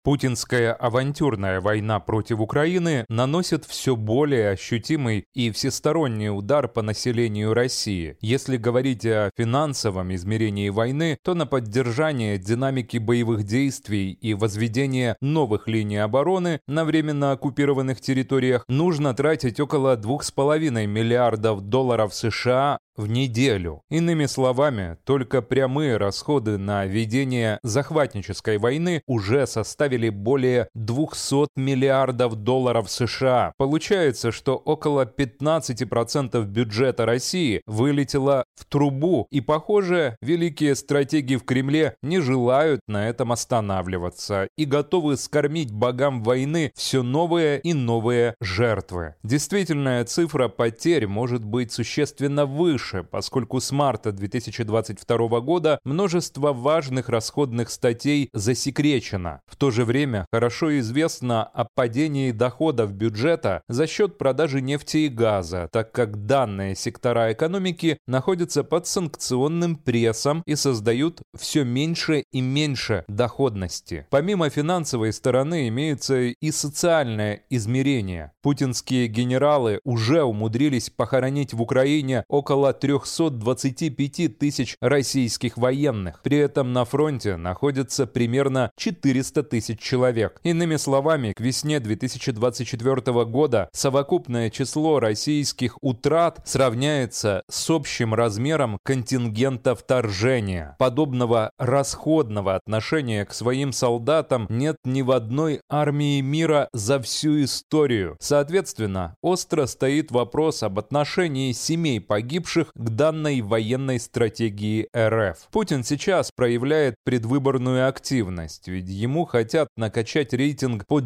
Путинская авантюрная война против Украины наносит все более ощутимый и всесторонний удар по населению России. Если говорить о финансовом измерении войны, то на поддержание динамики боевых действий и возведение новых линий обороны на временно оккупированных территориях нужно тратить около $2,5 миллиардов США в неделю. Иными словами, только прямые расходы на ведение захватнической войны уже составили более $200 миллиардов США. Получается, что около 15% бюджета России вылетело в трубу, и, похоже, великие стратеги в Кремле не желают на этом останавливаться и готовы скормить богам войны все новые и новые жертвы. Действительная цифра потерь может быть существенно выше, поскольку с марта 2022 года множество важных расходных статей засекречено. В то же время хорошо известно о падении доходов бюджета за счет продажи нефти и газа, так как данные сектора экономики находятся под санкционным прессом и создают все меньше и меньше доходности. Помимо финансовой стороны имеется и социальное измерение. Путинские генералы уже умудрились похоронить в Украине около 325 тысяч российских военных. При этом на фронте находится примерно 400 тысяч человек. Иными словами, к весне 2024 года совокупное число российских утрат сравняется с общим размером контингента вторжения. Подобного расходного отношения к своим солдатам нет ни в одной армии мира за всю историю. Соответственно, остро стоит вопрос об отношении семей погибших к данной военной стратегии РФ. Путин сейчас проявляет предвыборную активность, ведь ему хотят накачать рейтинг под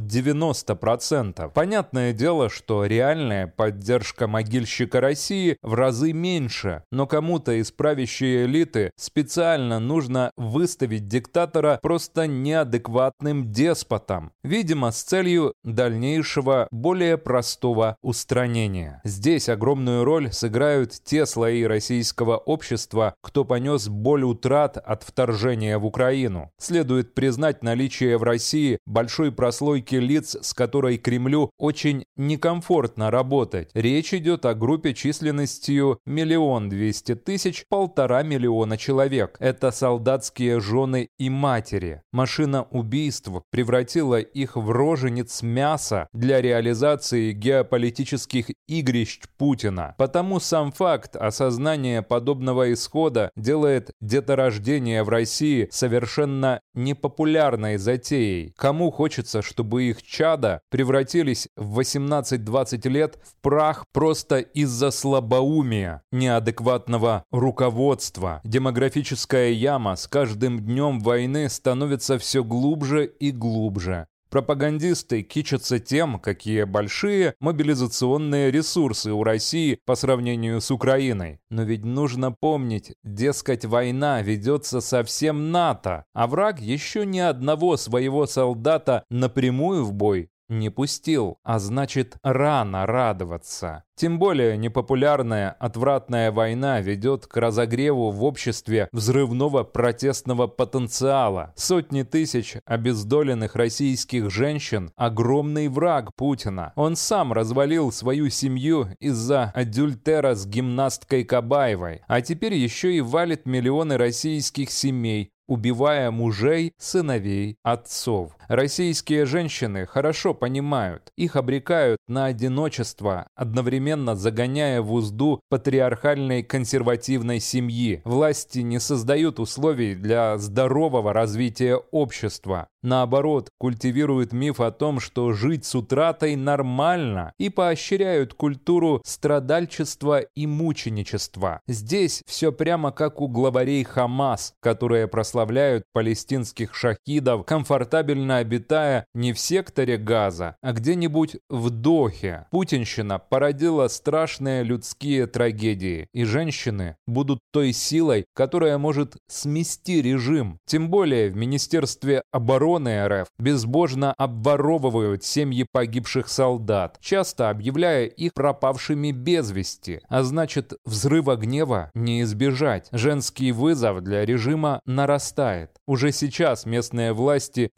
90%. Понятное дело, что реальная поддержка могильщика России в разы меньше, но кому-то из правящей элиты специально нужно выставить диктатора просто неадекватным деспотом, видимо, с целью дальнейшего, более простого устранения. Здесь огромную роль сыграют те слои российского общества, кто понес боль утрат от вторжения в Украину. Следует признать наличие в России большой прослойки лиц, с которой Кремлю очень некомфортно работать. Речь идет о группе численностью 1 200 000, 1,5 миллиона человек. Это солдатские жены и матери. Машина убийств превратила их в рожениц мяса для реализации геополитических игрищ Путина. Потому сам факт осознание подобного исхода делает деторождение в России совершенно непопулярной затеей. Кому хочется, чтобы их чада превратились в 18-20 лет в прах просто из-за слабоумия, неадекватного руководства? Демографическая яма с каждым днем войны становится все глубже и глубже. Пропагандисты кичатся тем, какие большие мобилизационные ресурсы у России по сравнению с Украиной. Но ведь нужно помнить, дескать, война ведется со всем НАТО, а враг еще ни одного своего солдата напрямую в бой не пустил, а значит, рано радоваться. Тем более непопулярная, отвратная война ведет к разогреву в обществе взрывного протестного потенциала. Сотни тысяч обездоленных российских женщин – огромный враг Путина. Он сам развалил свою семью из-за адюльтера с гимнасткой Кабаевой, а теперь еще и валит миллионы российских семей, убивая мужей, сыновей, отцов. Российские женщины хорошо понимают, их обрекают на одиночество, одновременно загоняя в узду патриархальной консервативной семьи. Власти не создают условий для здорового развития общества. Наоборот, культивируют миф о том, что жить с утратой нормально, и поощряют культуру страдальчества и мученичества. Здесь все прямо как у главарей Хамас, которые прославляют палестинских шахидов, комфортабельно обитая не в секторе Газа, а где-нибудь в Дохе. Путинщина породила страшные людские трагедии, и женщины будут той силой, которая может смести режим. Тем более в Министерстве обороны РФ безбожно обворовывают семьи погибших солдат, часто объявляя их пропавшими без вести. А значит, взрыва гнева не избежать. Женский вызов для режима нарастает. Уже сейчас местные власти психологически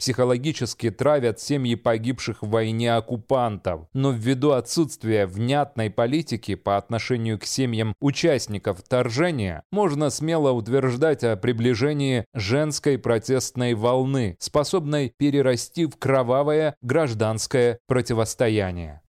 идеологически травят семьи погибших в войне оккупантов. Но ввиду отсутствия внятной политики по отношению к семьям участников вторжения, можно смело утверждать о приближении женской протестной волны, способной перерасти в кровавое гражданское противостояние.